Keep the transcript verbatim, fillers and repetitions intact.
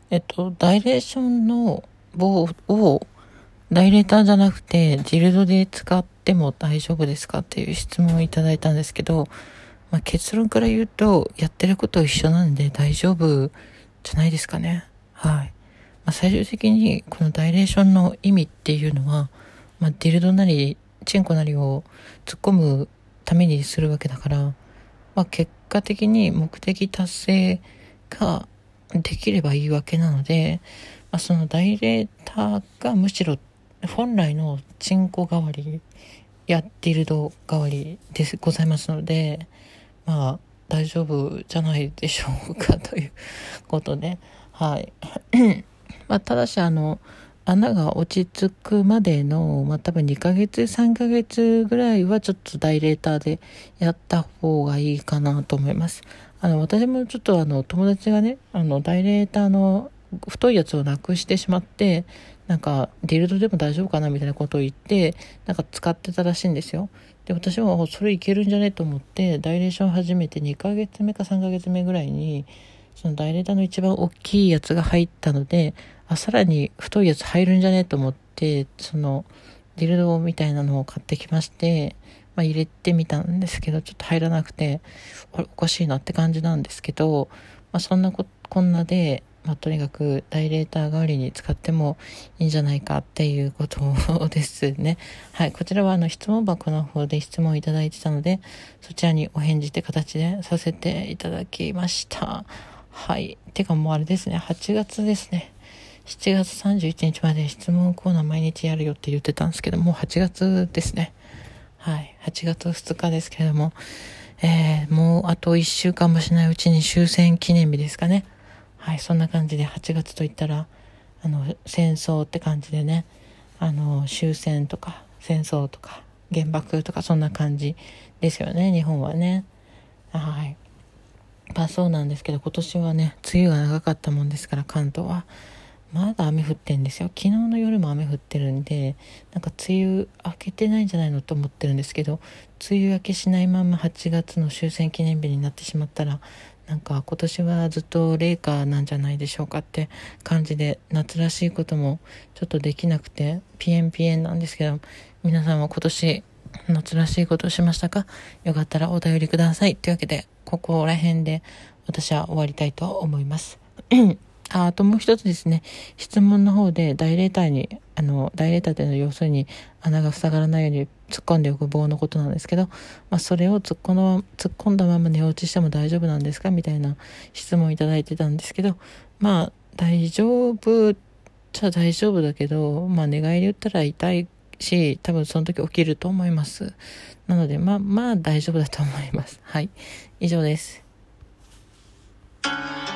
えっと、ダイレーションの棒をダイレーターじゃなくてジルドで使っても大丈夫ですかっていう質問をいただいたんですけど、まあ、結論から言うとやってること一緒なんで大丈夫じゃないですかね。はい。まあ、最終的にこのダイレーションの意味っていうのは、まあ、ディルドなりチンコなりを突っ込むためにするわけだから、まあ、結果的に目的達成ができればいいわけなので、まあ、そのダイレーターがむしろ本来のチンコ代わりやディルド代わりでございますので、まあ大丈夫じゃないでしょうかということで、はいまあ、ただしあの穴が落ち着くまでの、まあ、多分にかげつさんかげつぐらいはちょっとダイレーターでやった方がいいかなと思います。あの私もちょっとあの友達がね、あのダイレーターの太いやつをなくしてしまって、なんかディルドでも大丈夫かなみたいなことを言って、なんか使ってたらしいんですよ。で、私はそれいけるんじゃねと思ってダイレーション始めてにかげつめかさんかげつめぐらいにそのダイレーターの一番大きいやつが入ったので、あ、さらに太いやつ入るんじゃねと思って、そのディルドみたいなのを買ってきまして、まあ、入れてみたんですけど、ちょっと入らなくて、あれおかしいなって感じなんですけど、まあ、そんなここんなで、まあ、とにかくダイレーター代わりに使ってもいいんじゃないかっていうことですね。はい。こちらはあの質問箱の方で質問いただいてたので、そちらにお返事って形でさせていただきました。はい。てかもうあれですね、はちがつですね。しちがつさんじゅういちにちまで質問コーナー毎日やるよって言ってたんですけど、もうはちがつですね。はい。はちがつふつかですけれども、えー、もうあといっしゅうかんもしないうちに終戦記念日ですかね。はい。そんな感じではちがつといったら、あの、戦争って感じでね、あの、終戦とか戦争とか原爆とかそんな感じですよね、日本はね。はい。まあそうなんですけど、今年はね、梅雨が長かったもんですから、関東は。まだ雨降ってんですよ。昨日の夜も雨降ってるんで、なんか梅雨明けてないんじゃないのと思ってるんですけど、梅雨明けしないままはちがつの終戦記念日になってしまったら、なんか今年はずっと冷夏なんじゃないでしょうかって感じで、夏らしいこともちょっとできなくてピエンピエンなんですけど、皆さんは今年夏らしいことをしましたか？よかったらお便りください。というわけで、ここら辺で私は終わりたいと思います。あ、あともう一つですね、質問の方でダイレーターに、あの、ダイレーターというのは要するに穴が塞がらないように突っ込んでおく棒のことなんですけど、まあそれを突っ込の突っ込んだまま寝落ちしても大丈夫なんですかみたいな質問をいただいてたんですけど、まあ大丈夫じゃ大丈夫だけど、まあ寝返り打ったら痛いし、多分その時起きると思います。なので、まあまあ大丈夫だと思います。はい。以上です。